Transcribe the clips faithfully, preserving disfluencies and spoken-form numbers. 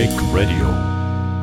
Brick Radio。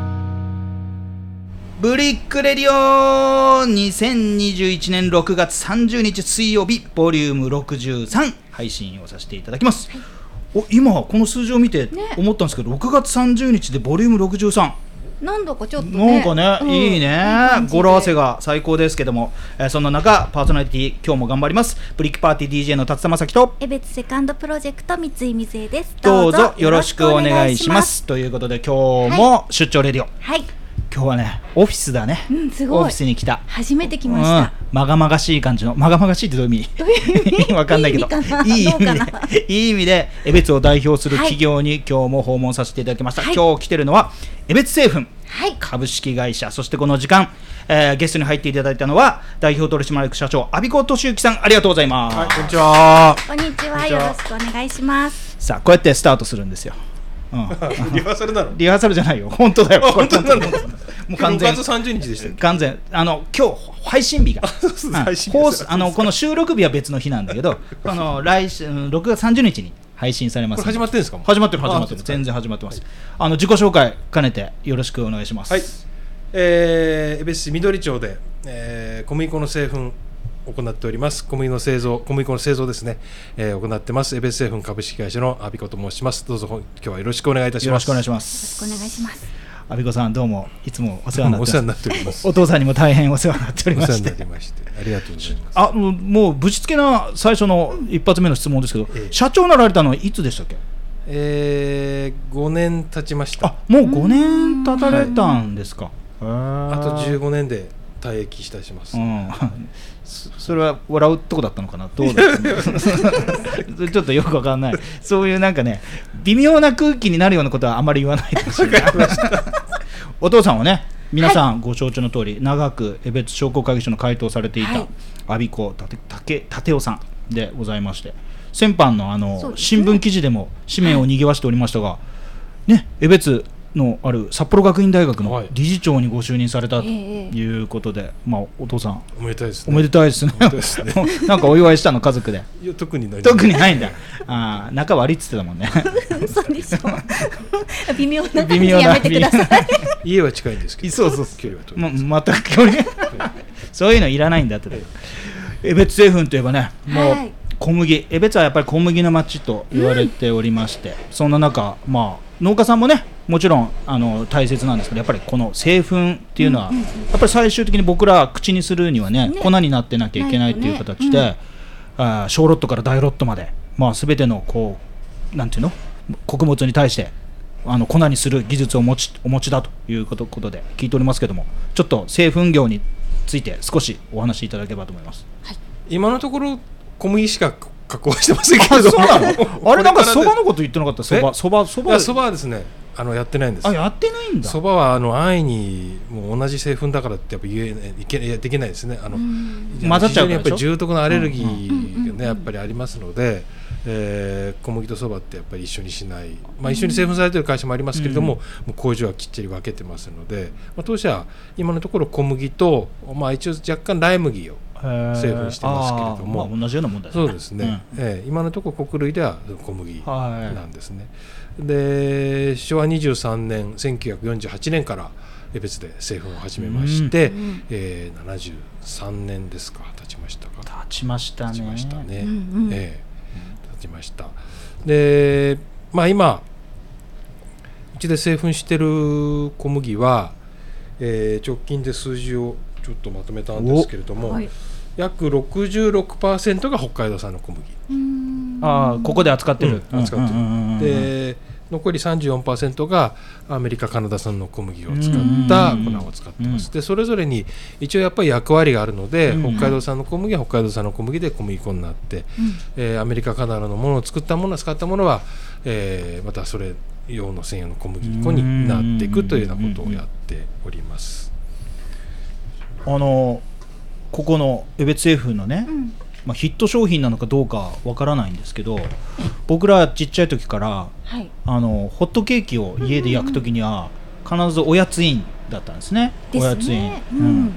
ブリックレディオにせんにじゅういちねんろくがつさんじゅうにち水曜日ボリュームろくじゅうさん配信をさせていただきます、はい、お今この数字を見て思ったんですけど、ね、ろくがつさんじゅうにちでボリュームろくじゅうさんなんだかちょっとねなんかね、うん、いいね、語呂合わせが最高ですけども、えー、そんな中パーソナリティ今日も頑張ります。ブリックパーティー ディージェー の辰田正樹と江別セカンドプロジェクト三井瑞恵です。 どうぞよろしくお願いします。ということで今日も出張レディオ、 はい、 今日はねオフィスだね、 うん、すごいオフィスに来た。 初めて来ました、うん、 まがまがしい感じの、まがまがしいってどういう意味？ どういう意味？ わかんないけどいい意味でいい意味で江別を代表する企業に今日も訪問させていただきました、はい、今日来てるのは江別製粉株式会社、そしてこの時間、えー、ゲストに入っていただいたのは代表取締役社長安孫子俊之さん、ありがとうございます、 はい、こんにちは。 こんにちは、よろしくお願いします。 さあこうやってスタートするんですよ、うん、 リハーサルなの？ リハーサルじゃないよ、本当だよ。 本当なの？もう完全ろくがつさんじゅうにちでしたよ。 完全あの今日配信日がそうそう、配信日放送あのこの収録日は別の日なんだけどこの来週ろくがつさんじゅうにちに配信されます。 これ始まってるんですか？ 始まってる始まってる、全然始まってます、はい、あの自己紹介兼ねてよろしくお願いします。 はい、えー、江別市緑町で、えー、小麦粉の製粉を行っております。小麦の製造、小麦粉の製造ですね、えー、行ってます江別製粉株式会社の安孫子と申します。どうぞ今日はよろしくお願いいたします。 よろしくお願いします。 よろしくお願いします。 安孫子さんどうもいつもお世話になってます。 お世話になっております。 お父さんにも大変お世話になっておりまして、 お世話になりましてありがとうございます。 あもうぶしつけな最初の一発目の質問ですけど、えー、社長になられたのはいつでしたっけ？えー、ごねん経ちました。 あもうごねん経たれたんですか？ はい、あとじゅうごねんで退役したします、うん、 それは笑うとこだったのかな、どうだったのちょっとよくわかんない、そういうなんかね微妙な空気になるようなことはあまり言わないでほしいお父さんはね皆さんご承知の通り、はい、長く江別商工会議所の会頭をされていた安孫子立夫さんでございまして、先般のあの、ね、新聞記事でも紙面を賑わしておりましたが、ね、江別のある札幌学院大学の理事長にご就任されたということで、はい、まあ、お父さんおめでたいですね。 おめでたいですねなんかお祝いしたの家族で？ いや特にない特にないんだあ仲悪いっつってたもんね嘘でしょ微妙な感じやめてください家は近いんですけど、 そうそう距離は遠いです、 ま、全く距離そういうのいらないんだって江別製粉といえばね、もう、はい、小麦、江別はやっぱり小麦の町と言われておりまして、うん、そんな中、まあ、農家さんもねもちろんあの大切なんですけど、やっぱりこの製粉っていうのは、うんうんうん、やっぱり最終的に僕ら口にするには ね, ね粉になってなきゃいけないっていう形で、ねうん、あ小ロットから大ロットまで、まあ、全てのこうなんていうの穀物に対してあの粉にする技術をお持ち、お持ちだということで聞いておりますけども、ちょっと製粉業について少しお話しいただければと思います、はい、 今のところ小麦しか加工してませんけどそうなのあれなんかそばのこと言ってなかった？そばそばそばそばはですねあのやってないんです。 あやってないんだ。 そばはあの安易にもう同じ製粉だからってやっぱ言えいけできないですね。あの混ざっちゃうからでしょ。 やっぱり重篤なアレルギーがねやっぱりありますので、えー、小麦とそばってやっぱり一緒にしない、まあ、一緒に製粉されている会社もありますけれども、うん、もう工場はきっちり分けてますので、まあ、当社は今のところ小麦と、まあ、一応若干ライ麦を製粉してますけれども、 まあ、同じようなもんだよね。 そうですね、うんえー、今のところ穀類では小麦なんですね、はい、でしょわにじゅうさんねんせんきゅうひゃくよんじゅうはちねんから江別で製粉を始めまして、うんえー、ななじゅうさんねんですか経ちましたか経ちましたね経ちましたね、 うんうんえー、経ちましたで、まあ、今うちで製粉してる小麦は、えー、直近で数字をちょっとまとめたんですけれども、はい、約 ろくじゅうろくパーセント が北海道産の小麦。 あここで扱ってる、 うん、扱ってるで残り さんじゅうよんパーセント がアメリカカナダ産の小麦を使った粉を使ってます。でそれぞれに一応やっぱり役割があるので、北海道産の小麦は北海道産の小麦で小麦粉になって、えー、アメリカカナダのものを作ったものを使ったものは、えー、またそれ用の専用の小麦粉になっていくというようなことをやっております。 あのここの江別製粉のね、うんまあ、ヒット商品なのかどうかわからないんですけど、僕らちっちゃい時から、はい、あのホットケーキを家で焼く時には必ずおやつインだったんですね。 ですねおやつイン、 うん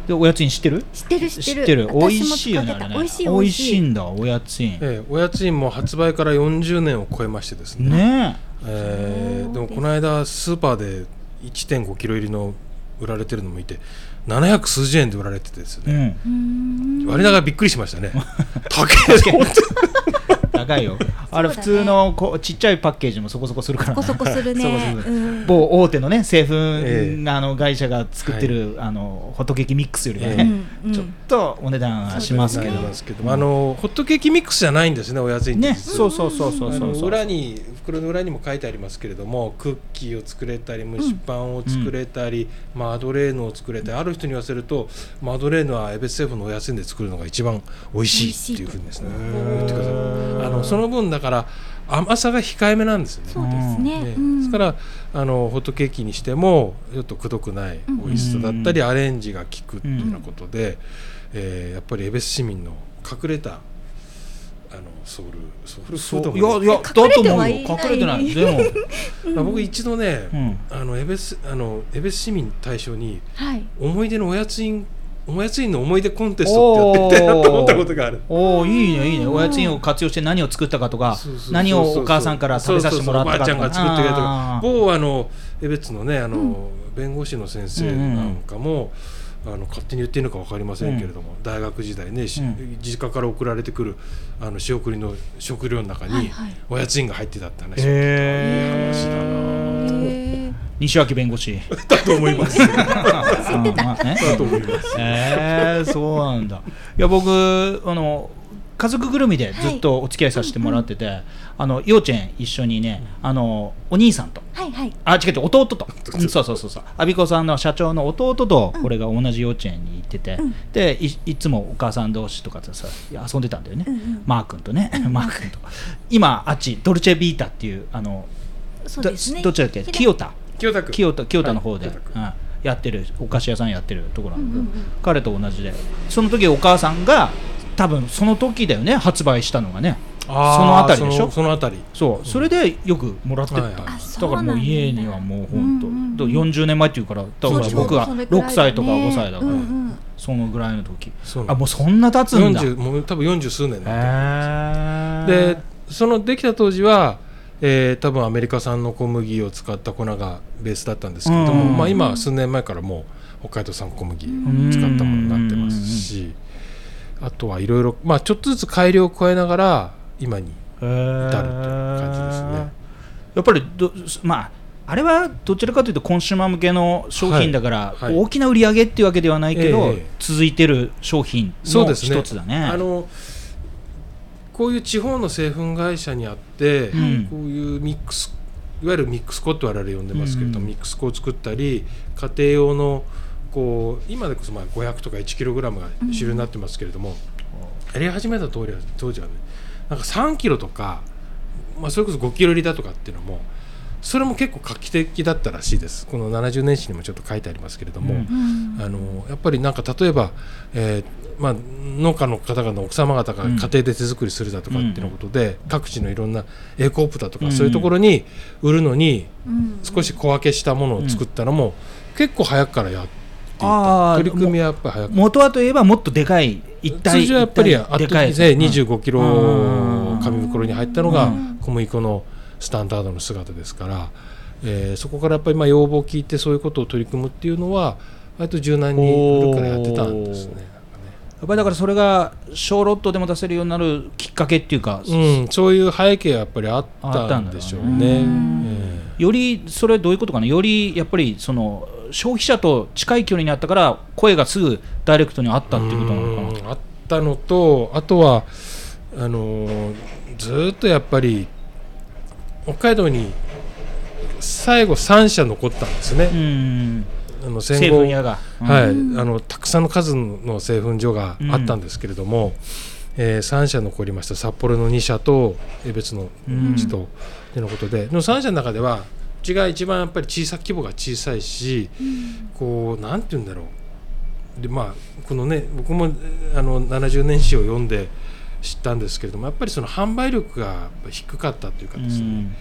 でおやつに知ってる？ 知ってる知ってる。 知ってる。美味私もしいよね使ってた。 あれね。 美味しい美味しいんだおやつに。 ええ、おやつ印も発売からよんじゅうねんを超えましてですね。 ねえー、でもこの間スーパーで いってんごキロ入りの売られてるのもいてななひゃく数十円で売られててですえ。うね、 ん。 我ながらびっくりしましたね。高いです本高いよ。あれ普通のこうちっちゃいパッケージもそこそこするからね。 そこそこするね。 そこそこするうん某大手のね製粉、 ええあの会社が作ってる、あのホットケーキミックスよりはえね、 うんうんちょっとお値段はしますけど、 なりますけど、あのホットケーキミックスじゃないんですねおやつ印ってね、 実はそうそうそうそうあのそうそう。 裏に袋の裏にも書いてありますけれども、クッキーを作れたり蒸しパンを作れたり、マドレーヌを作れたり、ある人に言わせるとマドレーヌは江別製粉のおやつ印で作るのが一番美味しいっていうふうにですね言ってください。あのその分だから甘さが控えめなんですよね。 そうですね。 ねうんですからあのホットケーキにしてもちょっとくどくない美味しさだったり、アレンジが効くっていうようなことで、えーやっぱり江別市民の隠れたあのソウルソウルフードもいやいやだと思うよ。 隠れてはいない隠れてない。でも、 まあ僕一度ね、 うん、 あの江別あの江別市民対象にはい。 思い出のおやつ印おやつ印の思い出コンテストってやってみたいなと思ったことがある。 おおいいねいいね。おやつ印を活用して何を作ったかとか、 そうそうそうそう、 何をお母さんから食べさせてもらったかとか、 そうそうそうおばあちゃんが作ってくれたとか、 あー某あの江別のねあの、弁護士の先生なんかも、あの勝手に言っていいのか分かりませんけれども、大学時代ね、しうん実家から送られてくるあの仕送りの食料の中にはいはいおやつ印が入ってたって話を聞いた。 へーいい話だなへー西脇弁護士。 だと思います。 知ってた。 だと思います。 えー、そうなんだ。いや僕あの家族ぐるみでずっとお付き合いさせてもらってて、あの幼稚園一緒にね、あのお兄さんと、 はいはい。 あ違う違う弟と、うんそうそうそうそう、阿比子さんの社長の弟と俺が同じ幼稚園に行ってて、 うんで い, いつもお母さん同士とかとさ遊んでたんだよね、 うんうんマー君とね、マー君と今あっちドルチェビータっていうあのそうですね。 どどっちだっけ、清田清田区清田清田の方で、 はい清田区うんやってるお菓子屋さんやってるところなんだけど、 うんうんうん彼と同じで、その時お母さんが多分その時だよね発売したのがね、 あーそのあたりでしょその、そのあたり。 そうそれでよくもらってった、 はいはいあ、 だそうからもう家にはもう本当、よんじゅうねんまえっていうから、多分そう僕がそれくらいだねろくさいとかごさいだから、 うんうんそのぐらいの時、 そうあもうそんな経つんだ。 よんじゅうもう多分よんじゅう数年へだーでそのできた当時は、えー、多分アメリカ産の小麦を使った粉がベースだったんですけれども、 うんまあ、今数年前からもう北海道産小麦を使ったものになってますし、あとはいろいろまあちょっとずつ改良を加えながら今にへー至るという感じですね。 やっぱりどまああれはどちらかというとコンシューマー向けの商品だから、 はいはい大きな売り上げっていうわけではないけど、 ええ続いてる商品のそうですね一つだね。 あのこういう地方の製粉会社にあって、 うんこういうミックスいわゆるミックス粉って我々呼んでますけれども、 うんミックス粉を作ったり家庭用のこう今でこそまあごひゃくとかいちキログラムが主流になってますけれども、やり始めた当時は当時はねなんかさんキロとか、まあ、それこそごキロ入りだとかっていうのもそれも結構画期的だったらしいです。このななじゅうねん史にもちょっと書いてありますけれども、 うんうんあのやっぱりなんか例えば、えーまあ、農家の方々の奥様方が家庭で手作りするだとかっていうのことで、各地のいろんなエコープだとか、 うんそういうところに売るのにうん少し小分けしたものを作ったのも、結構早くからやっていあーた取り組みはやっぱり早く元はといえばもっとでかい一体通常はやっぱりあっとでかいやつでにじゅうごキロうん紙袋に入ったのがうん小麦粉のスタンダードの姿ですから、えーそこからやっぱりまあ要望を聞いてそういうことを取り組むっていうのは割と柔軟に売るからやってたんですね。 やっぱりだからそれが小ロットでも出せるようになるきっかけっていうか、 うん、そういう背景はやっぱりあっあったたんだろうねんでしょうね。 うんえよりそれはどういうことかな、よりやっぱりその消費者と近い距離にあったから声がすぐダイレクトにあったっていうことなのかな。 うんあったのと、あとはあのーずーっとやっぱり北海道に最後さん社残ったんですね。 うんあの成戦後分屋が、うんはい、あうんのたくさんの数の製粉所があったんですけれども、えーさん社残りました。札幌のに社と江別のいちと、っていうのことで、でもさん社の中ではうちが一番やっぱり小さ規模が小さいし、こうなんて言うんだろう、でまあこのね僕もあのななじゅうねん史を読んで知ったんですけれども、やっぱりその販売力がやっぱ低かったというかですね、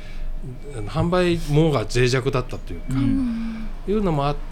販売網が脆弱だったというか、 うん、 いうのもあって、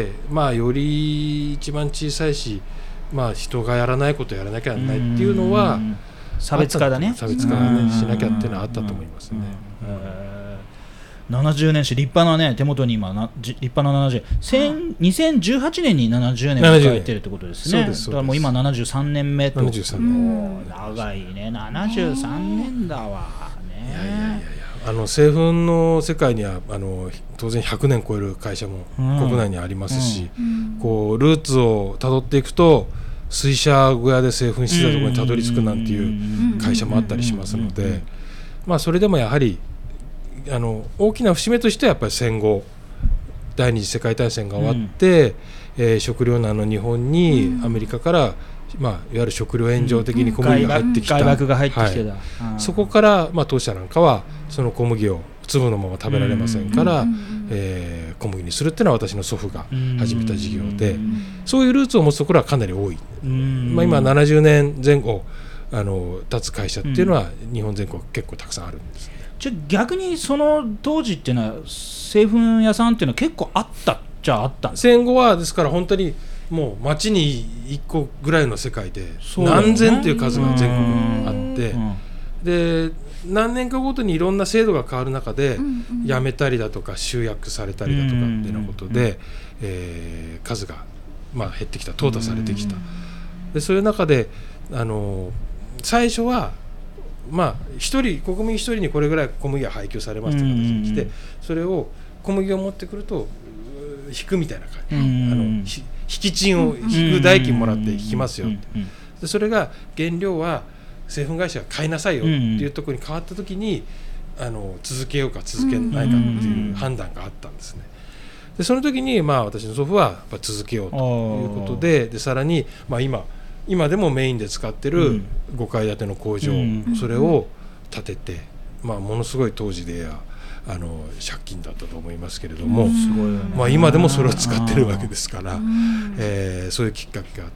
まあ、より一番小さいし、まあ、人がやらないことをやらなきゃならないっていうのは、 差別化だね、 差別化が、ね、しなきゃっていうのはあったと思いますね。 ななじゅうねん史、立派なね、手元に今な立派なななじゅう、にせんじゅうはちねんにななじゅうねんを迎えてるってことですね。 そうです、そうです。 だからもう今ななじゅうさんねんめと。 ななじゅうさんねん、 長いね、ななじゅうさんねんだわね。 いやいやいやいや、あの製粉の世界にはあの当然ひゃくねん超える会社も国内にありますし、うん、こうルーツをたどっていくと水車小屋で製粉してたところにたどり着くなんていう会社もあったりしますので、まあそれでもやはりあの大きな節目としてはやっぱり戦後第二次世界大戦が終わって、うんえー、食糧難の日本にアメリカから、まあ、いわゆる食料援助的に小麦が入ってきた、 外爆が入ってきてた、 はい、そこから、まあ、当社なんかはその小麦を粒のまま食べられませんから、えー、小麦にするっていうのは私の祖父が始めた事業で、そういうルーツを持つところはかなり多い、まあ、今ななじゅうねんぜん後あの経つ会社っていうのは日本全国結構たくさんあるんですね。 じゃ逆にその当時っていうのは製粉屋さんっていうのは結構あったっちゃあったんですか。 戦後はですから本当にもう町にいっこぐらいの世界で何千という数が全国にあって、で何年かごとにいろんな制度が変わる中で辞めたりだとか集約されたりだとかっていうようなことで、えー、数がまあ減ってきた、淘汰されてきた。でそういう中であの最初はまあ、一人国民一人にこれぐらい小麦が配給されますという形にして、それを小麦を持ってくると引くみたいな感じ、あの引き賃を引く代金もらって引きますよって、でそれが原料は製粉会社が買いなさいよっていうところに変わった時にあの続けようか続けないかっていう判断があったんですね。でその時に、まあ、私の祖父はやっぱ続けようということで、でさらに、まあ、今今でもメインで使ってるごかい建ての工場、うん、それを建てて、まあ、ものすごい当時でやあの借金だったと思いますけれども、うんまあ、今でもそれを使ってるわけですから、えー、そういうきっかけがあって、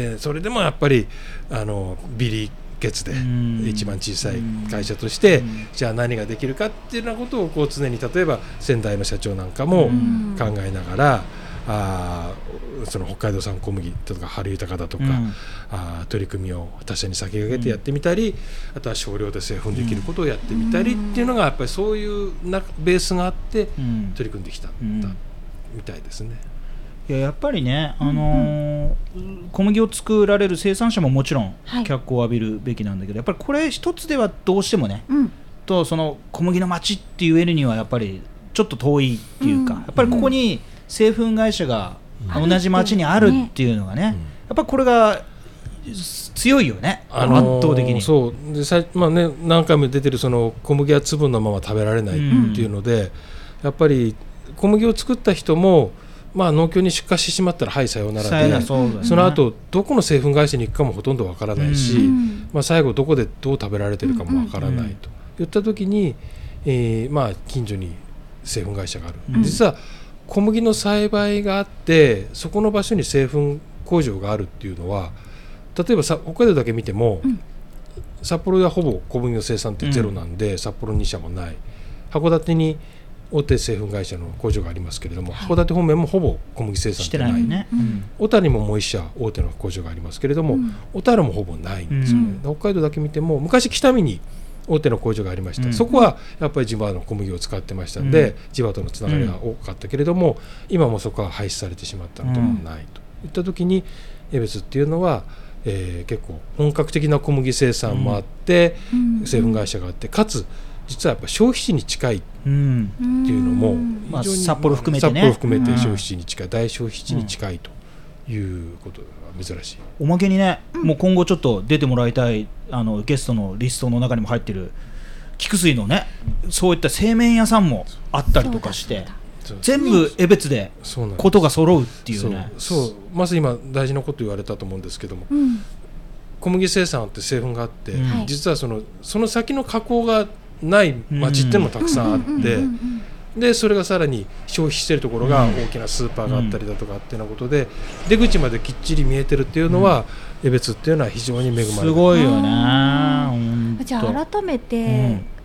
でそれでもやっぱりあのビリケツで一番小さい会社として、うん、じゃあ何ができるかっていうようなことをこう常に例えば先代の社長なんかも考えながら、あその北海道産小麦とか春豊だとか、うん、あ取り組みを他社に先駆けてやってみたり、うん、あとは少量で製粉できることをやってみたりっていうのがやっぱりそういうなベースがあって取り組んできた、うん、みたいですね。 いや、やっぱりね、あのー、小麦を作られる生産者ももちろん脚光を浴びるべきなんだけど、はい、やっぱりこれ一つではどうしてもね、うん、とその小麦の町って言えるにはやっぱりちょっと遠いっていうか、うん、やっぱりここに製粉会社が同じ町にあるっていうのがね、やっぱりこれが強いよね、あのー、圧倒的に。 そうでさ、まあね、何回も出てるその小麦は粒のまま食べられないっていうので、うん、やっぱり小麦を作った人もまあ、農協に出荷してしまったらはいさようならで、その後どこの製粉会社に行くかもほとんどわからないし、うんまあ、最後どこでどう食べられてるかもわからないといった時に、えーまあ、近所に製粉会社がある、うん、実は小麦の栽培があってそこの場所に製粉工場があるっていうのは、例えばさ北海道だけ見ても、うん、札幌はほぼ小麦の生産ってゼロなんで、うん、札幌に社もない、函館に大手製粉会社の工場がありますけれども、はい、函館方面もほぼ小麦生産ってない、ねうん、小樽にももう一社大手の工場がありますけれども、うん、小樽もほぼないんですよね、うん、北海道だけ見ても昔北見に大手の工場がありました、うん、そこはやっぱり地場の小麦を使ってましたので、うん、地場とのつながりが多かったけれども、うん、今もそこは廃止されてしまったのでもないといった時に、江別っていうのは、えー、結構本格的な小麦生産もあって、うん、製粉会社があってかつ実はやっぱ消費地に近いっていうのも非常に、 札幌含めてね、 札幌含めて消費地に近い、大消費地に近いということが珍しい。 おまけにね、もう今後ちょっと出てもらいたいあのゲストのリストの中にも入ってる菊水のね、そういった製麺屋さんもあったりとかして全部江別でことが揃うっていうね。 そう、そうまず今大事なこと言われたと思うんですけども、うん、小麦生産って製粉があって、うん、実はその、その先の加工がない町っていうのもたくさんあって、でそれがさらに消費しているところが大きなスーパーがあったりだとかっていうようなことで、出口まできっちり見えてるっていうのは、江別っていうのは非常に恵まれてる。 すごいよね。 じゃあ改めて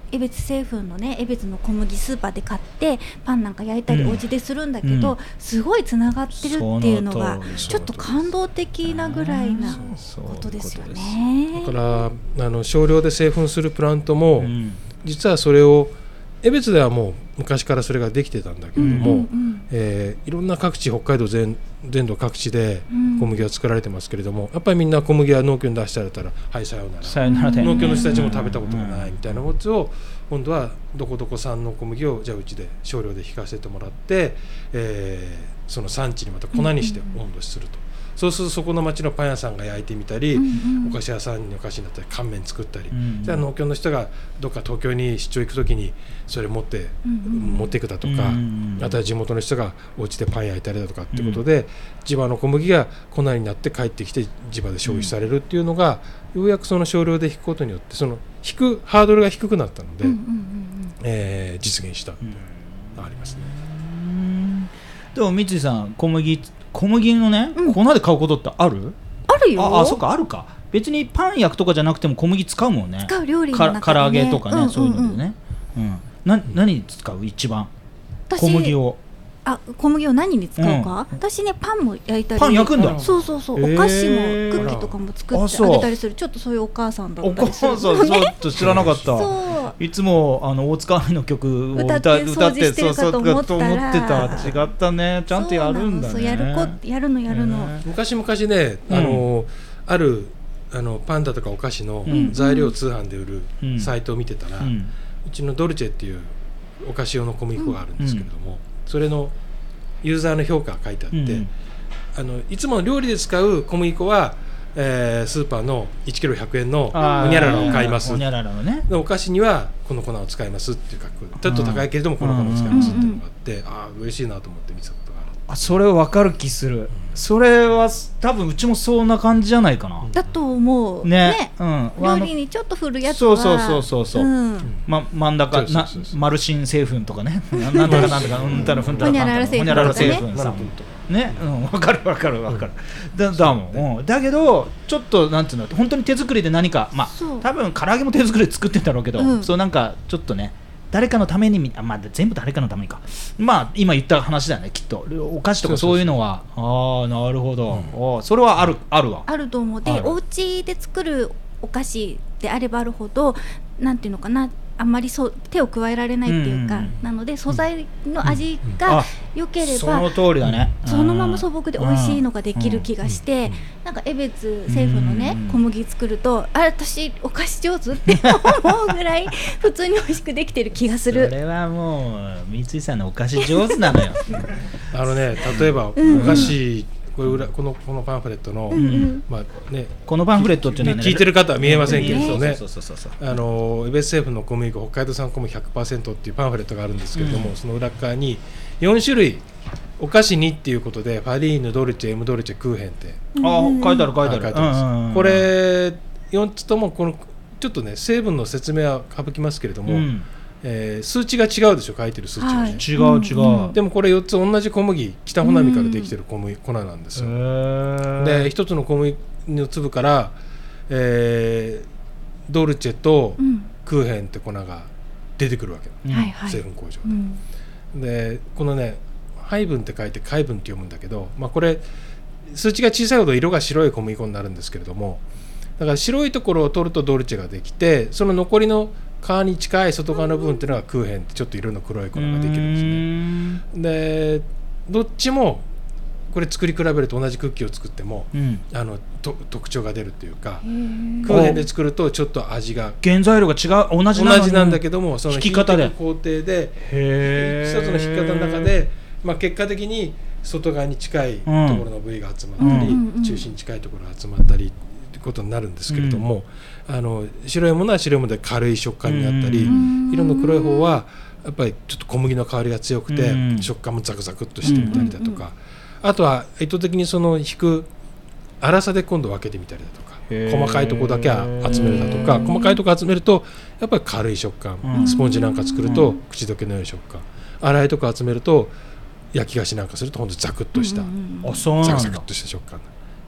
江別製粉のね江別の小麦スーパーで買ってパンなんか焼いたりうんお家でするんだけど、 うんすごいつながってるっていうのがその通りちょっと感動的なぐらいなことですよね。 だからあの少量で製粉するプラントも、 うん実はそれを江別ではもう昔からそれができてたんだけれども、 うんうんえーいろんな各地北海道 全, 全土各地でうん小麦が作られてますけれども、やっぱりみんな小麦は農協に出してあれたらはいさようならさよならで農協の人たちも食べたことがないみたいなもつを今度はどこどこ産の小麦をじゃあうちで少量で引かせてもらって、えーその産地にまた粉にして温度すると、そうするとそこの町のパン屋さんが焼いてみたり、 うんうんお菓子屋さんにお菓子になったり乾麺作ったり、 うんじゃあ農協の人がどっか東京に出張行く時にそれ持って、 うんうん持っていくだとか、 うんあとは地元の人がお家でパン焼いたりだとかっていうことで、地場の小麦が粉になって帰ってきて地場で消費されるっていうのが、ようやくその少量で引くことによってその引くハードルが低くなったので、 うんうんうんえー実現したっていうのがありますね。 うんでも三井さん小麦小麦のね、 うん粉で買うことってある？ あるよ。 ああそっかあるか。別にパン焼くとかじゃなくても小麦使うもんね。 使う料理のか中で、ね、 唐揚げとかね、 うんうんうんそういうのでね、うん、な何に使う一番私小麦をあ小麦を何に使うか、 うん私ねパンも焼いたりパン焼くんだ。 そうそうそう、 へーお菓子もクッキーとかも作ってあそうあげたりする、ちょっとそういうお母さんだお母ったりするさんちょっと知らなかった。 そういつもあの大塚愛の曲を歌歌って掃除してるかと思ったらそうそうと思ってた。違ったね。ちゃんとやるんだね。 そうなのそうやる子やるのやるの、 ね昔々ね、あのあるあのパンダとかお菓子のうん材料通販で売るうんサイトを見てたら、 ううんちのドルチェっていうお菓子用の小麦粉があるんですけれども、それのユーザーの評価が書いてあって、 うんあのいつもの料理で使う小麦粉は、えースーパーのいちキロひゃくえんのあーホニャララを買います、 ホニャララのね。 でお菓子にはこの粉を使いますっていう書く、ちょっと高いけれどもこの粉を使いますっていうのがあって、ああ嬉しいなと思って見てたことがある。 あそれ分かる気する。それは多分うちもそんな感じじゃないかな。 だと思うね。うん。 料理にちょっと振るやつはそうそうそうそうそううんま、真ん中なそうそうそうそうマルシン製粉とかねななんとかなんとかうんたらふんたらホニャララ製粉ホニャララ製とかね粉さねうん分かる分かる分かるだだもん、うん、だけどちょっとなんていうの本当に手作りで何かまあそう多分唐揚げも手作りで作ってんだろうけど、 うんそうなんかちょっとね誰かのためにみあまあ全部誰かのためにかまあ今言った話だよねきっとお菓子とかそういうのはああなるほど、ああそれはあるあるわあると思う。 あるでお家で作るお菓子であればあるほどなんていうのかな、あんまりそう手を加えられないっていうか、 うんなので素材の味うんがあ良ければ、 その通りだね、 そのまま素朴で美味しいのができる気がして、 うんなんか江別製粉のね、 うん小麦作るとあ私お菓子上手って思うぐらい普通に美味しくできてる気がすそる。 れはもう三井さんのお菓子上手なのよあのね例えばおうん菓子、これ裏このこのパンフレットの、 うんうんまあねこのパンフレットっていうのはね聞いてる方は見えませんけれどね、 そうそうそうそうあの江別製粉の小麦粉北海道産小麦 ひゃくパーセント っていうパンフレットがあるんですけれども、 うんその裏側によん種類お菓子にっていうことでファリーヌ、ドルチェ、エムドルチェ、クーヘンってあ書いてある書いてある書いてあります、 うんうんうんこれよっつともこのちょっとね成分の説明は省きますけれども、 うんえー数値が違うでしょ書いてる数値がね、 はい違う違う、 うんうんでもこれよっつ同じ小麦北穂波からできてる小麦、粉なんですよ、 へーで一つの小麦の粒から、えードルチェとうんクーヘンって粉が出てくるわけ、 うんはいはい、 製粉工場うんで、でこのね配分って書いて海分って読むんだけど、まあ、これ数値が小さいほど色が白い小麦粉になるんですけれども、だから白いところを取るとドルチェができて、その残りの皮に近い外側の部分っていうのがクーヘンってちょっと色の黒い粉ができるんですね。でどっちもこれ作り比べると同じクッキーを作ってもうんあのと特徴が出るっていうか、 へークーヘンで作るとちょっと味が原材料が違う同じなのに同じなんだけども、その引き方で引いていく工程でへー一つの引き方の中で、まあ、結果的に外側に近いところの部位が集まったり、 うんうん中心に近いところが集まったりってことになるんですけれども、あの白いものは白いもので軽い食感になったり、 うん色の黒い方はやっぱりちょっと小麦の香りが強くて、 うん食感もザクザクっとしてみたりだとか、あとは意図的にその引く粗さで今度分けてみたりだとか、 へー細かいとこだけ集めるだとか、細かいとこ集めるとやっぱり軽い食感、 うんスポンジなんか作るとうん口どけの良い食感、粗いとこ集めると焼き菓子なんかするとほんとザクッとした、 うんうんうんあそうなんだザクザクっとした食感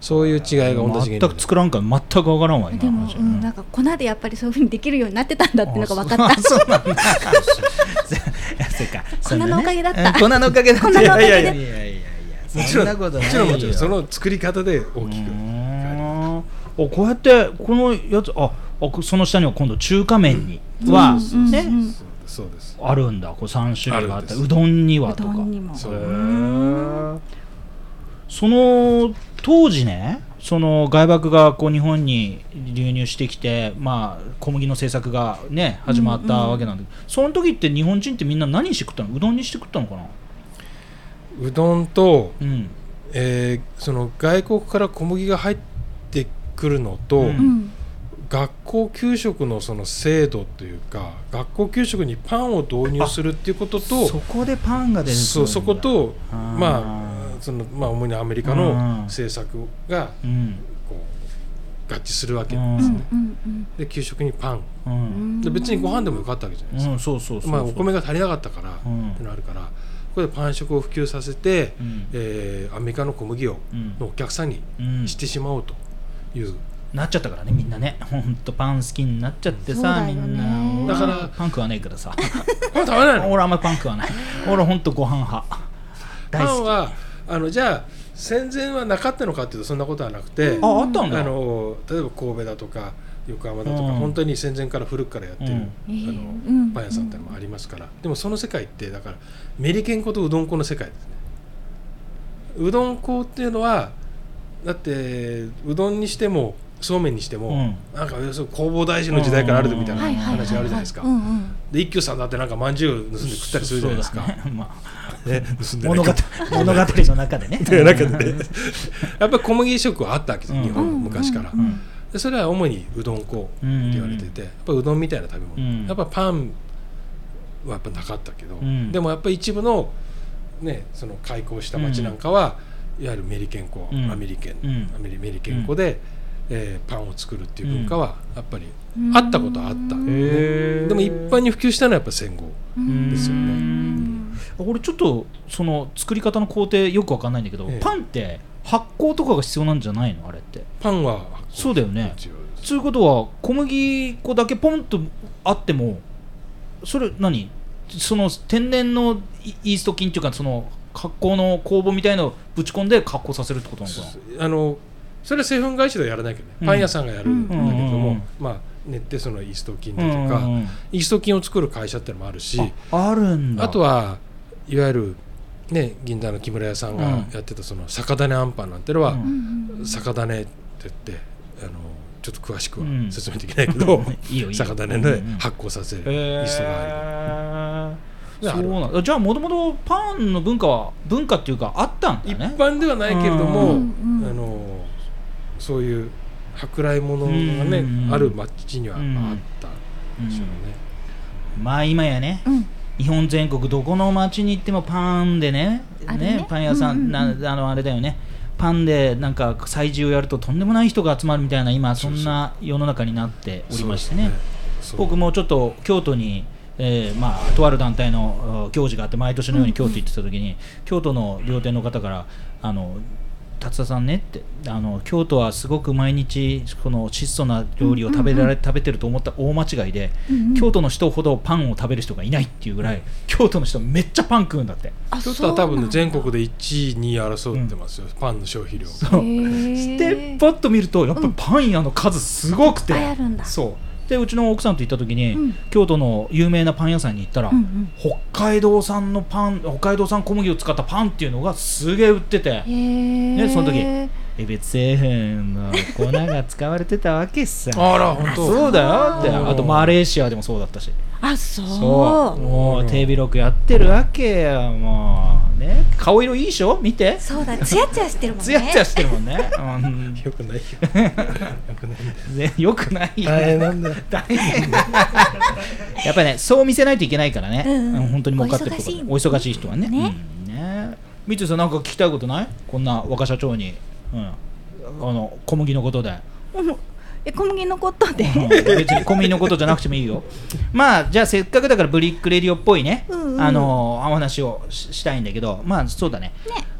そういう違いが同じ原理全く作らんから全く分からんわ今でも、 話うん、なんか粉でやっぱりそういう風にできるようになってたんだっていうのが分かった。 そうなんだそうか粉のおかげだった。 粉のおかげだった。 粉のおかげでいやいやいやいやいやもちろんそんなことないよもちろんもちろんその作り方で大きくおこうやってこのやつあその下には今度中華麺には、 うんね、 うんうん、 そうですあるんだ。こうさん種類があってうあるんですどんにはとかうどんにもそうへーその当時ねその外爆がこう日本に流入してきて、まあ、小麦の政策が、ね、始まったわけなんだけど、うんうん、その時って日本人ってみんな何にして食ったの？うどんにして食ったのかな？ うどんと、 うんえー、その外国から小麦が入ってくるのと、 うんうん学校給食のその制度というか学校給食にパンを導入するっていうこととそこでパンが出るんだ。 そうそことあーまあそのまあ主にアメリカの政策がうんこう合致するわけうんですね。 うんうんで給食にパンうんで別にご飯でもよかったわけじゃないですか。 うんそうそうそうそうまあお米が足りなかったからうんってのあるからここでパン食を普及させて、 うんえーアメリカの小麦をうんのお客さんにうんしてしまおうというなっちゃったからねみんなねほんとパン好きになっちゃってそうさだよねみんなだから俺はパン食わないからさパン食べないの？ 俺あんまりパン食わない俺ほんとご飯派大好きパンはあのじゃあ戦前はなかったのかっていうとそんなことはなくて、 ああったんだあの例えば神戸だとか横浜だとか、 うん本当に戦前から古くからやってる、 うんあえーのうんパン屋さんってのもありますから、でもその世界ってだからメリケン粉とうどん粉の世界ですね。うどん粉っていうのはだってうどんにしてもそうめんにしても、 うんなんか要するに弘法大師の時代からあるみたいなはいはいはいはい話があるじゃないですか。 うんうんで一休さんだってなんかまんじゅう盗んで食ったりするじゃないですか。 そうだねまあね盗んでない物語物語の中でねで中でねやっぱり小麦食はあったわけですよ、 うん日本の昔から、 うんでそれは主にうどん粉って言われてて、やっぱうどんみたいな食べ物、 うんやっぱパンはやっぱなかったけど、 うんでもやっぱり一部のねその開港した町なんかは、いわゆるメリケン粉、 うんアメリケン、 うんアメリメリケン粉で、えーパンを作るっていう文化はやっぱりあったことはあった、 うんへーでも一般に普及したのはやっぱ戦後うんですよね。 うん俺ちょっとその作り方の工程よくわかんないんだけど、 ええパンって発酵とかが必要なんじゃないのあれって。 パンはそうだよね必要です。 そういうことは小麦粉だけポンとあってもそれ何その天然のイースト菌っていうかその発酵の酵母みたいのをぶち込んで発酵させるってことなのかな。 あのそれは製粉会社ではやらないけどね、 うんパン屋さんがやるんだけども、 うんうんまあ練ってそのイースト菌だとか、 うんうんうんイースト菌を作る会社ってのもあるし、 ああるんだ。 あとはいわゆるね銀座の木村屋さんがやってたその酒種あんパンなんてのは、 うん酒種って言ってあのちょっと詳しくはうん説明できないけど、 いいよいいよ酒種で発酵させるイーストがある、 えー、 であるそうなんだ。じゃあもともとパンの文化は文化っていうかあったんだ一ね。 般ではないけれども、 うんうんあのそういう舶来物がね、 うんうんある町にはあったうんでしょうね。 まあ今やね、 うん日本全国どこの町に行ってもパンでね、 あるねパン屋さん、 うんうんうんなあのあれだよね。パンでなんか催事をやるととんでもない人が集まるみたいな今そんな世の中になっておりましてね。 そうですね僕もちょっと京都に、えーまあ、とある団体の行事があって毎年のように京都行ってた時に、京都の料亭の方からあの達田さんねってあの京都はすごく毎日この質素な料理を食べられ、食べてると思った大間違いで、 うんうん京都の人ほどパンを食べる人がいないっていうぐらい、京都の人めっちゃパン食うんだって。 あ京都は多分ね全そう国でいちいにい争ってますよ、パンの消費量。 そうなんだへーでパッと見るとやっぱりパン屋の数すごくて、 いっぱいあるんだそうでうちの奥さんと行った時に、 うん京都の有名なパン屋さんに行ったら、 うんうん北海道産のパン北海道産小麦を使ったパンっていうのがすげえ売ってて、 へーねその時江別製粉の粉が使われてたわけさあら本当。 そうだよってうんあとマレーシアでもそうだったしあそうそうもう手広くやってるわけよもうね顔色いいでしょ見てそうだツヤツヤしてるもんねツヤツヤしてるもんね、うんよくないよ。よくないんだよ。 ねよくないよ大変なんだよ。 大変やっぱりねそう見せないといけないからね、 うんうん本当に儲かってるとこお忙しいお忙しい人はねねうんね三井さんなんか聞きたいことないこんな若社長に、うん、あの小麦のことでうんえ小麦のことでうん別に小麦のことじゃなくてもいいよまあじゃあせっかくだからブリックレディオっぽいね、 うんうんあのお話をししたいんだけどまあそうだね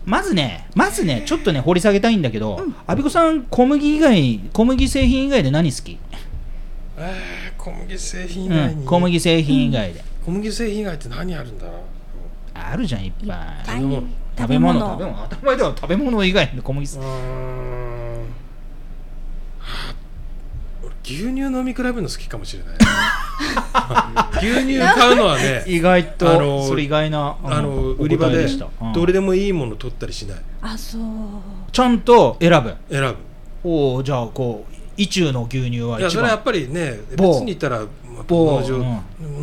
まずねまずねちょっとね掘り下げたいんだけど、 うん、 阿比子さん小麦以外小麦製品以外で何好き？ えー、小麦製品以外に、 うん、小麦製品以外で、 うん、小麦製品以外って何あるんだろう。 あるじゃんいっぱい。 食べ物食べ物食べ物当たり前だよ。食べ物以外の小麦。 うーん、は牛乳飲み比べるの好きかもしれない牛乳買うのはね意外とあのそれ意外なあの売り場でどれででもいいもの取ったりしない。 あ、そうちゃんと選ぶ。 選ぶ。 おお、じゃあこう意中の牛乳は一番。 いやそれはやっぱりね別に言ったら農場、うん、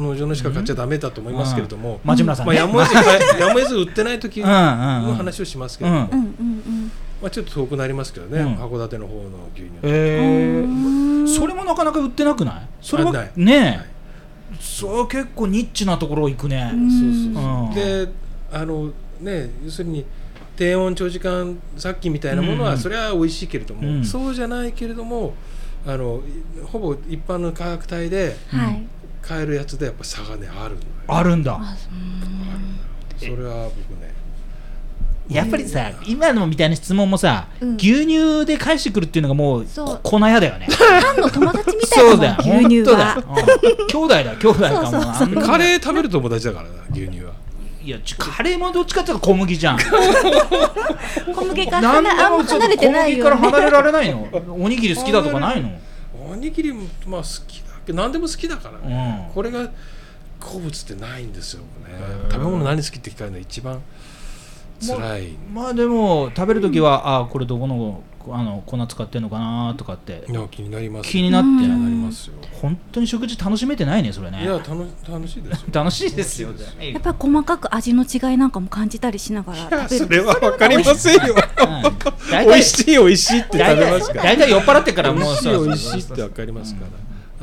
農場のしか買っちゃダメだと思いますけれども、うん、 町村さんね、 まあ、やむを得ずやむを得ず売ってない時の話をしますけれども、 うんうんうんまあ、ちょっと遠くなりますけどね、うん、函館の方の牛乳、 えー、それもなかなか売ってなくない？それはないねえ、 はい、 それは結構ニッチなところ行くね。 そうそうそう、うん、であのね要するに低温長時間殺菌みたいなものはそれは美味しいけれども、うん、そうじゃないけれどもあのほぼ一般の価格帯で買えるやつでやっぱ差がねあるのよ。 あるんだ。 ある。それは僕ねやっぱりさ、今のみたいな質問もさ、うん、牛乳で返してくるっていうのがもう粉屋だよね。 パンの友達みたいなもん。そうだよ、牛乳は。 うん、兄弟だ、兄弟かも。そうそうそう、 カレー食べる友達だからな、牛乳は。 いや、カレーもどっちかっていうと小麦じゃん。 小麦からあんま離れてないよ、ね。 小麦から離れられないの。おにぎり好きだとかないの？ おにぎりもまあ好きだけど、何でも好きだからね。うん、これが好物ってないんですよね。食べ物何好きって聞かれるのが一番。辛い。 まあ、まあでも食べるときは、うん、あこれどこのあの粉使ってんのかなとかっていや気になります。 気になってなりますよ。 本当に食事楽しめてないねそれね。 いや楽楽しいですよ。 楽しいですよ。 やっぱり細かく味の違いなんかも感じたりしながら食べる。いやそれは分かりませんよ。美味しい美味しいって食べますから。 大体酔っ払ってからもう美味しい美味しいって分かりますから。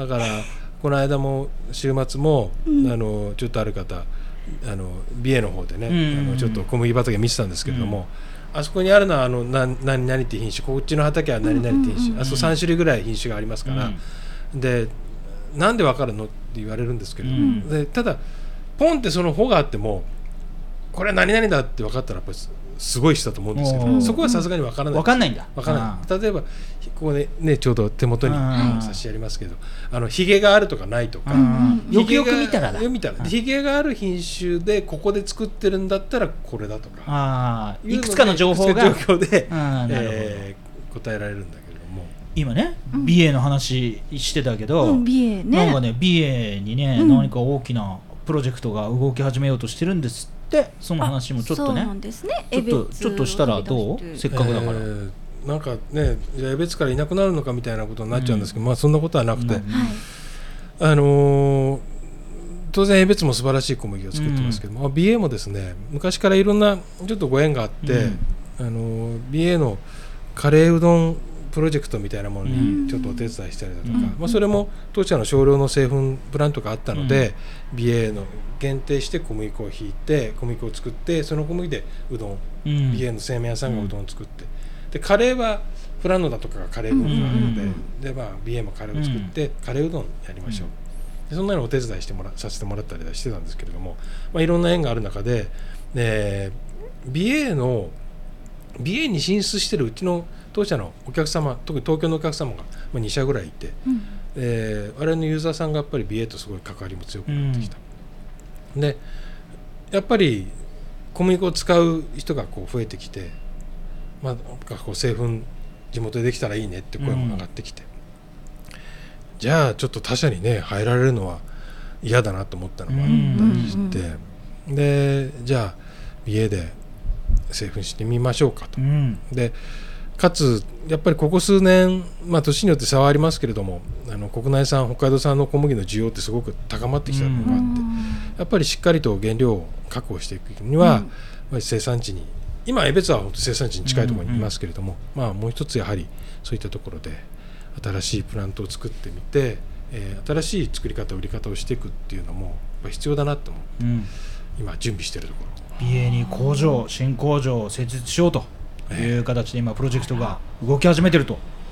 だからこの間も週末も、うん、あのちょっとある方あの美瑛の方でね、うん、あのちょっと小麦畑見てたんですけれども、うん、あそこにあるのはあの何何々って品種、こっちの畑は何々って品種、うんうんうん、あそさん種類ぐらい品種がありますから、うん、でなんで分かるのって言われるんですけれども、うん、でただポンってその穂があってもこれは何々だって分かったらやっぱりすごい人だと思うんですけど、そこはさすがに分からない。 分かんないんだ。 分からない。例えばここでねちょうど手元に差しやりますけど、あのヒゲがあるとかないとか、 よくよく見たらだ。 見たらヒゲがある品種でここで作ってるんだったらこれだとか、 あいくつかの情報が状況で、えー、答えられるんだけれども、 今ね美瑛の話してたけど、 うん、美瑛ね、 なんかね美瑛にね、うん、何か大きなプロジェクトが動き始めようとしてるんですって。その話もちょっとね、 そうなんですね。 ちょっとちょっとしたらどう？せっかくだから、えー、なんかねじゃあ江別からいなくなるのかみたいなことになっちゃうんですけど、うん、まあそんなことはなくて、うん、あのー、当然江別も素晴らしい小麦を作ってますけども、うん、美瑛もですね昔からいろんなちょっとご縁があって、うん、あのー、美瑛のカレーうどんプロジェクトみたいなものにちょっとお手伝いしたりだとか、うん、まあ、それも当社の少量の製粉プラントがあったので、うん、美瑛の限定して小麦粉をひいて小麦粉を作って、その小麦でうどん、うん、美瑛の製麺屋さんがうどんを作って、でカレーはフランノだとかがカレー文化があるので、うん、でまあ、美瑛もカレーを作って、うん、カレーうどんやりましょう、うん、でそんなのお手伝いしてもらさせてもらったりしてたんですけれども、まあ、いろんな縁がある中で、えー、美瑛の美瑛に進出してるうちの当社のお客様、特に東京のお客様がに社ぐらいいて、うん、えー、我々のユーザーさんがやっぱり美瑛とすごい関わりも強くなってきた、うん、でやっぱり小麦粉を使う人がこう増えてきて、まあ、こう製粉地元でできたらいいねって声も上がってきて、うん、じゃあちょっと他社にね入られるのは嫌だなと思ったのもあったりして、うん、でじゃあ美瑛で製粉してみましょうかと、うん、でかつやっぱりここ数年、まあ、年によって差はありますけれども、あの国内産北海道産の小麦の需要ってすごく高まってきたのがあって、うん、やっぱりしっかりと原料を確保していくには、うん、生産地に今江別は本当生産地に近いところにいますけれども、うんうん、まあ、もう一つやはりそういったところで新しいプラントを作ってみて、えー、新しい作り方売り方をしていくっていうのもやっぱ必要だなと思って、うん、今準備しているところ、 美瑛に工場新工場を設立しようという形で今プロジェクトが動き始めていると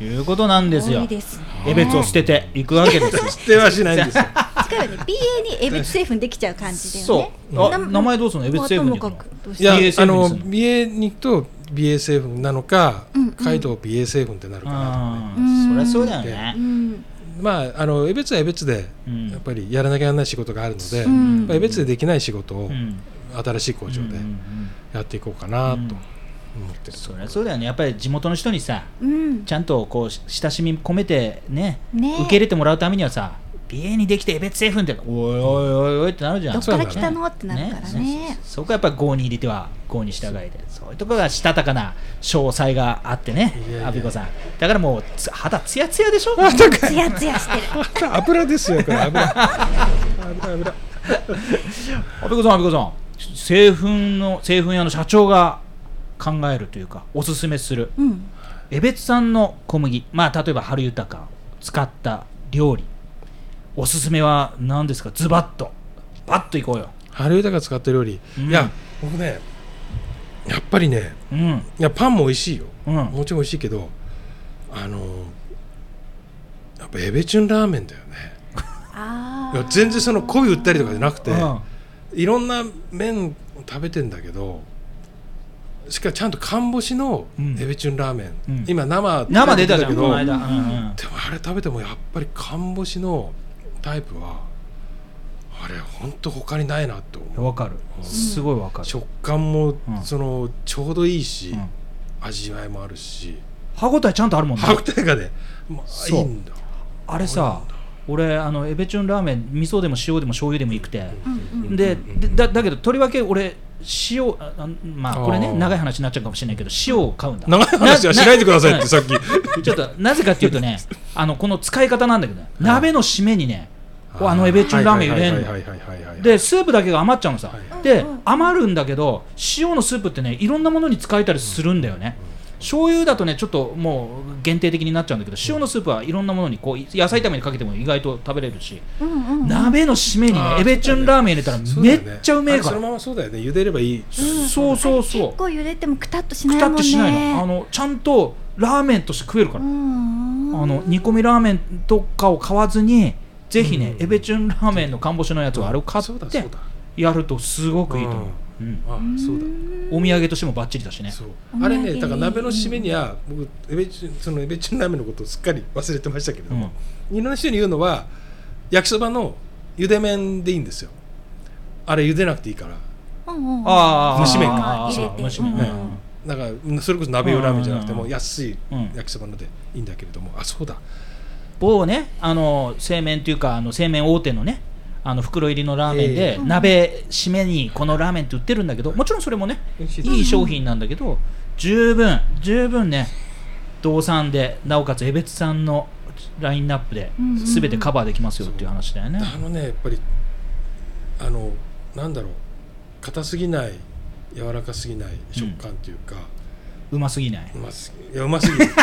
いうことなんですよ。 多いですね。 江別を捨てていくわけですよ。 捨てはしないんですよ。 近いよね。ビーエー に江別製粉できちゃう感じだよね。 そう。あ、名前どうするの？江別製粉に行くの？ いや、 ビーエー 製あの粉にするの？ 美瑛に行くと美瑛製粉なのか、 うんうん街道美瑛製粉ってなるかなとかね。 あーそりゃそうだよねう。んまああの江別は江別でうんやっぱりやらなきゃならない仕事があるので、 うんやっぱり江別でできない仕事をうん新しい工場でうんうんうんやっていこうかなとうん思ってる。 そりゃそうだよね。やっぱり地元の人にさ、 うんちゃんとこう親しみ込めてね、 ね受け入れてもらうためにはさ、美瑛にできて江別製粉っておいおいおいおいってなるじゃん。 どっから来たのってなるからね。 そこはやっぱり郷に入れては郷に従いで、そういうところがしたたかな詳細があってねいやいや阿比子さんだからもうつ肌ツヤツヤでしょ。 ツヤツヤしてる。 油ですよこれ油油油。 阿比子さん阿比子さん製粉の製粉屋の社長が考えるというかおすすめするうん江別産の小麦、まあ例えば春豊を使った料理、おすすめは何ですか？ズバッとバッといこうよ。 春豊が使った料理、 うんいや僕ねやっぱりねうんいやパンも美味しいよ、 うんもちろん美味しいけどあのやっぱエベチュンラーメンだよね。 あいや全然その媚び売ったりとかじゃなくて、 うんいろんな麺を食べてんだけどしかもちゃんと缶干しのうんエベチュンラーメン、 うん今生生出たじゃんけどこの間、うんうん、 でもあれ食べてもやっぱり缶干しのタイプはあれ本当他にないなって思う。 わかる、すごいわかる。 食感もうんそのちょうどいいし、 うん味わいもあるし歯応えちゃんとあるもんね。 歯応えがね、まあ、いそういんだ。 あれさ、俺あのエベチュンラーメン味噌でも塩でも醤油でもいくて、 うんうんででだだけどとりわけ俺塩ああまあこれねあー長い話になっちゃうかもしれないけど塩を買うんだ。 長い話はしないでくださいってさっきちょっとなぜかっていうとねあのこの使い方なんだけどね、鍋の締めにねこうあのエベチュンラーメン入れんの。 はいはいはいはいはいはいでスープだけが余っちゃうのさ、 はいでうんうん余るんだけど塩のスープってねいろんなものに使えたりするんだよね。醤油だとねちょっともう限定的になっちゃうんだけど塩のスープはいろんなものにこう野菜炒めにかけても意外と食べれるし、 うんうんうん鍋の締めにねあーエベチュンラーメン入れたらそうだよねめっちゃうめえから、 あれそのままそうだよね茹でればいい。 そうそうそう結構茹でてもくたっとしなくいもんね。 たってしないのあのちゃんとラーメンとして食えるから、 うんあの煮込みラーメンとかを買わずにぜひね、 うんエベチュンラーメンの缶干しのやつをあれを買ってそうだそうだやるとすごくいいと思う、うんあそうだお土産としてもバッチリだしね。 そうお土産あれねだから鍋の締めには僕エベチュンそのエベチュンラーメンのことをすっかり忘れてましたけれども、いろんな人に言うのは焼きそばの茹で麺でいいんですよ。あれ茹でなくていいから。 うんうんうんああ蒸し麺かああ入れて蒸し麺うんねだからそれこそ鍋用ラーメンじゃなくてもうん安いうん焼きそばのでいいんだけれども、あそうだ某ねあの製麺というかあの製麺大手のねあの袋入りのラーメンで、 ええ鍋締めにこのラーメンって売ってるんだけどもちろんそれもね美味しいいい商品なんだけど十分十分ね道産でなおかつ江別産のラインナップでうんうんうん全てカバーできますよっていう話だよね。 あのねやっぱりあのなんだろう硬すぎない柔らかすぎない食感というか、 うますぎない。 うますぎいやうますぎる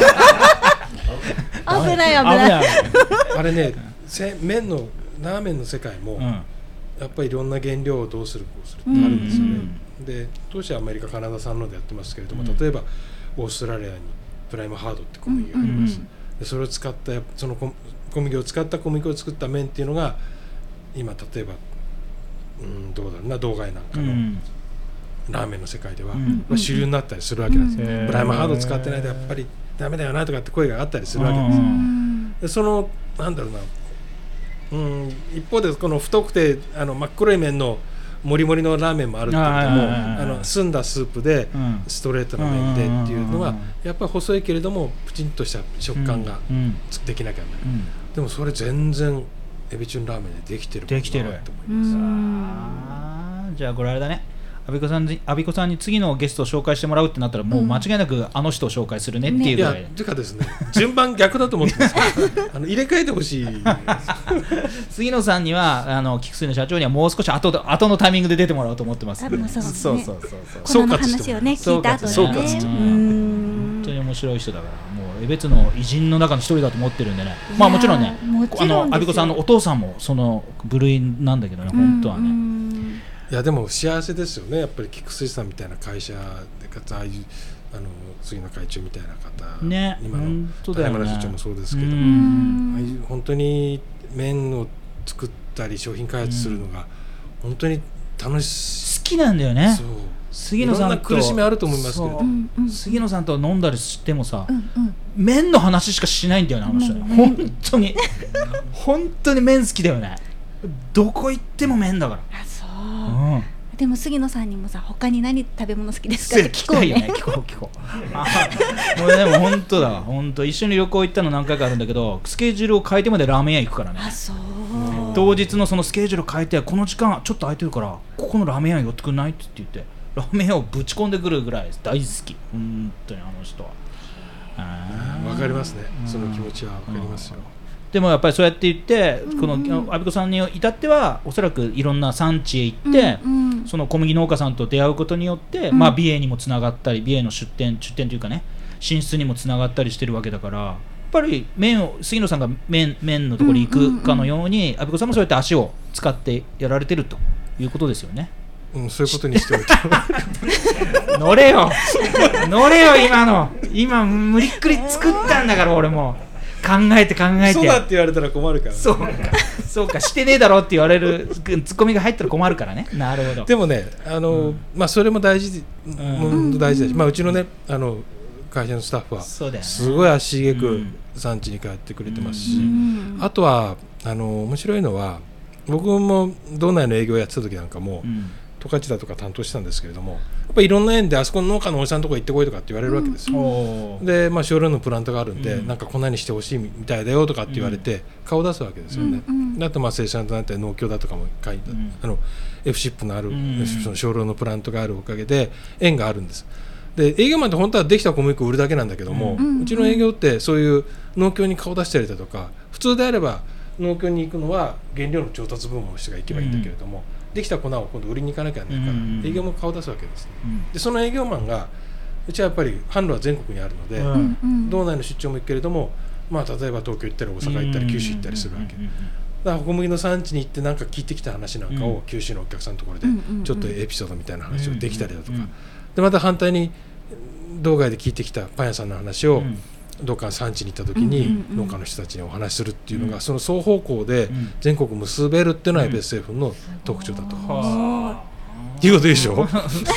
危ない危ない。 あれねせ麺のラーメンの世界も、 うんやっぱりいろんな原料をどうするこうするってあるんですよね、で当時はアメリカカナダ産のでやってますけれども、 うん例えばオーストラリアにプライムハードって小麦があります、 うんでそれを使ったその小小麦を使った小麦を作った麺っていうのが今例えばうんどうだろうな道外なんかのうんラーメンの世界では、 うんまあ、主流になったりするわけなんですよ、 うんプライムハード使ってないとやっぱりダメだよなとかって声があったりするわけですよ、 うんでそのなんだろうなうん一方でこの太くてあの真っ黒い麺のもりもりのラーメンもあるけれどもはいはいはいはいあの澄んだスープでうんストレートな麺でっていうのがうんやっぱり細いけれどもプチンとした食感がうんうんできなきゃならない、 うんでもそれ全然エビチュンラーメンでできてるもんなできてると思いうます、 んあーじゃあこれあれだね阿比子さんに阿比子さんに次のゲストを紹介してもらうってなったらもう間違いなくあの人を紹介するねっていういやぐらい、 てかですね順番逆だと思ってますあの入れ替えてほしい杉野さんにはあの菊水の社長にはもう少し後で後のタイミングで出てもらおうと思ってます。 あもうそうですねそうそうそうそうこの話をね聞いた後総にね括してもらううん本当に面白い人だからもう江別の偉人の中の一人だと思ってるんでね。まあもちろんねもちろんですあよの阿比子さんのお父さんもその部類なんだけどね本当はね。 うんいやでも幸せですよねやっぱり菊水さんみたいな会社でかつああいうあの杉野会長みたいな方、 ね、 今の谷村社長もそうですけど、 うん本当に麺を作ったり商品開発するのが本当に楽しい、 好きなんだよね。 そう杉野さんといろんな苦しみあると思いますけれど、 うんうん、 杉野さんと飲んだりしてもさ、 うんうん、 麺の話しかしないんだよね、あの人ね。本当に本当に麺好きだよね。どこ行っても麺だから。 あ、そう、 うん、 でも杉野さんにもさ、他に何食べ物好きですかって聞こうね。 聞こう聞こう。あ、もうでも本当だわ、本当一緒に旅行行ったの何回かあるんだけど、スケジュールを変えてまでラーメン屋行くからね。 あ、そう、 当日のそのスケジュールを変えて、この時間ちょっと空いてるからここのラーメン屋寄ってくんないって言って、ラーメン屋をぶち込んでくるぐらい大好き、本当にあの人は。 わかりますね、その気持ちはわかりますよ。 でもやっぱりそうやって言って、 うんうん、 この阿比子さんに至ってはおそらくいろんな産地へ行って、 うんうん、 その小麦農家さんと出会うことによって、うん、まあ、美瑛にもつながったり、美瑛の出店出店というかね、進出にもつながったりしてるわけだから、やっぱり麺を杉野さんが 麺, 麺のところに行くかのように、阿比子さんもそうやって足を使ってやられてるということですよね。 うん、そういうことにしておいて乗れよ乗れよ、今の今無理っくり作ったんだから俺も考えて考えて、 そうだって言われたら困るから、ね、 そうかそうか、してねえだろって言われるツッコミが入ったら困るからね。なるほど。 でもね、あの、うん、まあ、それも大事、うん、大事だし、まあ、うちのね、あの会社のスタッフはすごい足しげく産地に帰ってくれてますし、うん、あとはあの面白いのは、僕も道内の営業やってた時なんかも、うん、十勝だとか担当してたんですけれども、やっぱりいろんな縁であそこの農家のおじさんのとこ行ってこいとかって言われるわけですよ、うん、で、まあ、少量のプラントがあるんで、うん、なんかこんなにしてほしいみたいだよとかって言われて顔を出すわけですよね、うん、だってまあ生産となって農協だとかも書いて、うん、あの F シップのある、うん、その少量のプラントがあるおかげで縁があるんです。で営業マンって本当はできた小麦粉を売るだけなんだけども、うん、うちの営業ってそういう農協に顔出したりだとか、普通であれば農協に行くのは原料の調達部門の人が行けばいいんだけれども、うん、できた粉を今度売りに行かなきゃいけないから、うん、営業も顔出すわけですね、うん、でその営業マンがうちはやっぱり販路は全国にあるので、うん、道内の出張も行くけれども、まあ、例えば東京行ったり大阪行ったり九州行ったりするわけ、うん、だから小麦の産地に行って何か聞いてきた話なんかを九州のお客さんのところでちょっとエピソードみたいな話をできたりだとか、でまた反対に道外で聞いてきたパン屋さんの話を、うんどっかの産地に行った時に農家の人たちにお話しするっていうのが、その双方向で全国結べるっていうのはエベス製粉の特徴だと、いいことでしょ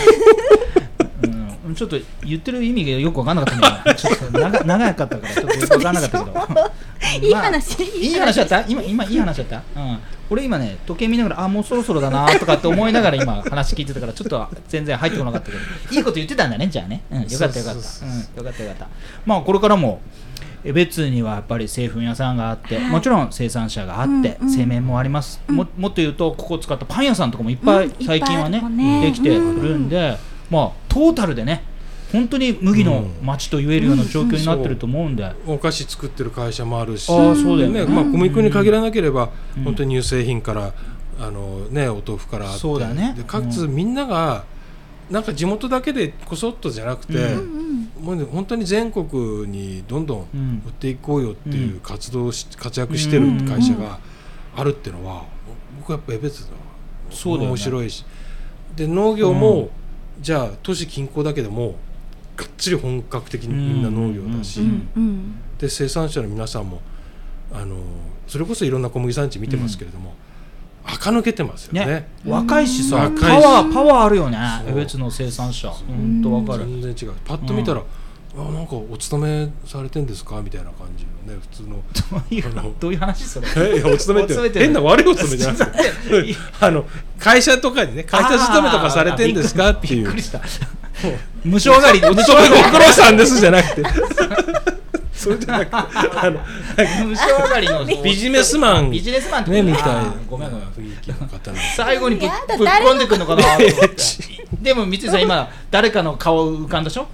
うん、ちょっと言ってる意味がよく分かんなかったね。ちょっと 長, 長かったからちょっとよく分かんなかったけど、まあ、 いい話いい話だった。今今いい話だった、うん、俺今ね時計見ながらあもうそろそろだなとかって思いながら今話聞いてたからちょっと全然入ってこなかったけどいいこと言ってたんだね。じゃあね、うん、よかったよかった、うん、よかったよかった。まあこれからも江別にはやっぱり製粉屋さんがあって、はい、もちろん生産者があって、うんうん、製麺もあります、うん、も, もっと言うとここを使ったパン屋さんとかもいっぱい最近はね、うん、できてるんで、まあトータルでね本当に麦の町と言えるような状況になってると思うんで、 うん、お菓子作ってる会社もあるし、 あそうだよね、 まあ、小麦粉に限らなければ、うん、本当に乳製品からあの、ね、お豆腐からあって、 そうだね、 でかつみんながなんか地元だけでこそっとじゃなくて、うんもうね、本当に全国にどんどん売っていこうよっていう活動し、うん、活躍してる会社があるっていうのは、僕はやっぱ江別だそうだよね、 面白いし、で農業も、うん、じゃあ都市近郊だけでもがっつり本格的にみんな農業だし、うんうん、で生産者の皆さんもあのそれこそいろんな小麦産地見てますけれども、うん、垢抜けてますよ ね, ね若いしさ、パワーパワーあるよね江別の生産者、本当わかる。 全然違う。パッと見たら、うん、あなんかお勤めされてんですかみたいな感じのね、普通のどういうどういう話それえいやお勤めって変な悪いお勤めじゃなくてあの会社とかにね会社勤めとかされてんですかっていう、びっくりした無償上がり無償上がりご苦労さんですじゃなくてそうじゃなくてあの無償上がりのビジネスマンビジネスマンってねみたいなごめんごめん雰囲気の方なん最後にぶっ込んでくるのかなと思ってでも三井さん今誰かの顔浮かんだでしょ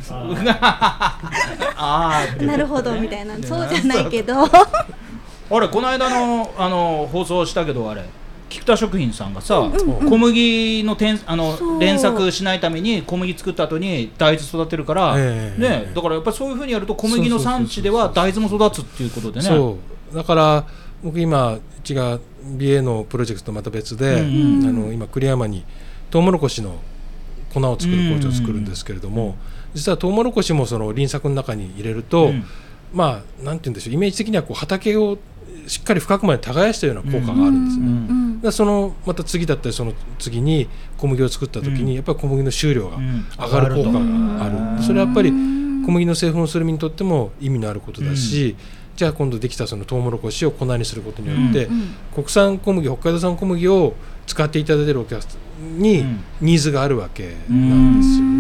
ああなるほどみたいな、そうじゃないけどあれこの間のあの放送したけどあれ菊田食品さんがさ、うんうん、小麦のてんあの連作しないために小麦作った後に大豆育てるから、えーね、だからやっぱりそういう風にやると小麦の産地では大豆も育つっていうことでね。 そうだから僕今うちが ビーエー のプロジェクトとまた別で、うんうん、あの今栗山にトウモロコシの粉を作る工場を作るんですけれども、実はトウモロコシもその輪作の中に入れると、うん、まあなんて言うんでしょう、イメージ的にはこう畑をしっかり深くまで耕したような効果があるんですね、うんうん、だそのまた次だったりその次に小麦を作った時に、うん、やっぱり小麦の収量が上がる効果がある、うん、それはやっぱり小麦の製粉をする身にとっても意味のあることだし、うん、じゃあ今度できたそのトウモロコシを粉にすることによって、うんうん、国産小麦、北海道産小麦を使っていただいているお客さんにニーズがあるわけなんですよね、うん、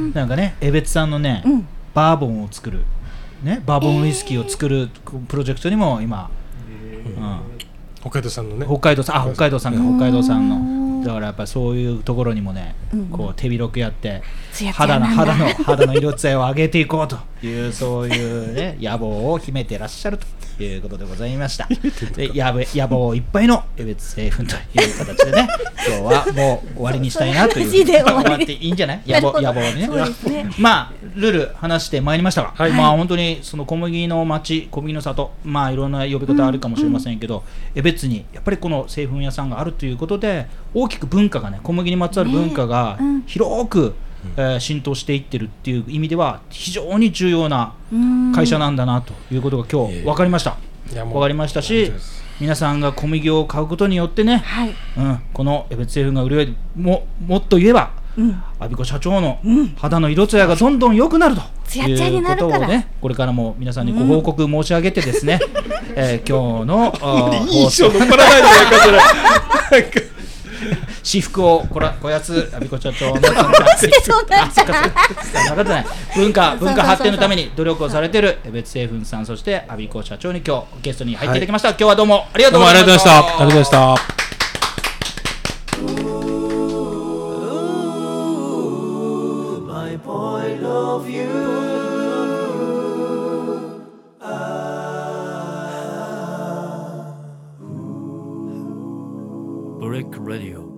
なんかね江別さんのね、うん、バーボンを作る、ね、バーボンウイスキーを作るプロジェクトにも今、 うん、北海道産のね北海道産あ北海道産が北海道産のだからやっぱそういうところにもね、うん、こう手広くやって肌の肌の肌の色艶を上げていこうというそういうね野望を秘めてらっしゃるということでございました。で野野望いっぱいの江別製粉という形でね今日はもう終わりにしたいなという終わっていいんじゃない野望野望に ね, ねまあルール話してまいりましたが、はい、まあ本当にその小麦の町小麦の里まあいろんな呼び方あるかもしれませんけど、うんうん、江別にやっぱりこの製粉屋さんがあるということで大きく文化がね小麦にまつわる文化が広く、ねうんえー、浸透していってるっていう意味では非常に重要な会社なんだなということが今日分かりました分かりましたし皆さんが小麦を買うことによってね、はいうん、この江別製粉が潤いももっと言えば阿比子社長の肌の色艶がどんどん良くなるということをねこれからも皆さんにご報告申し上げてですね、うんえー、今日のいい賞残らないんじゃないかそれ私服をこらこやつ阿比子社長の文化文化発展のために努力をされている江別製粉さんそして阿比子社長に今日ゲストに入っていただきました、はい、今日はどうもありがとうございました。 ありがとうございました。 ブレイクラディオ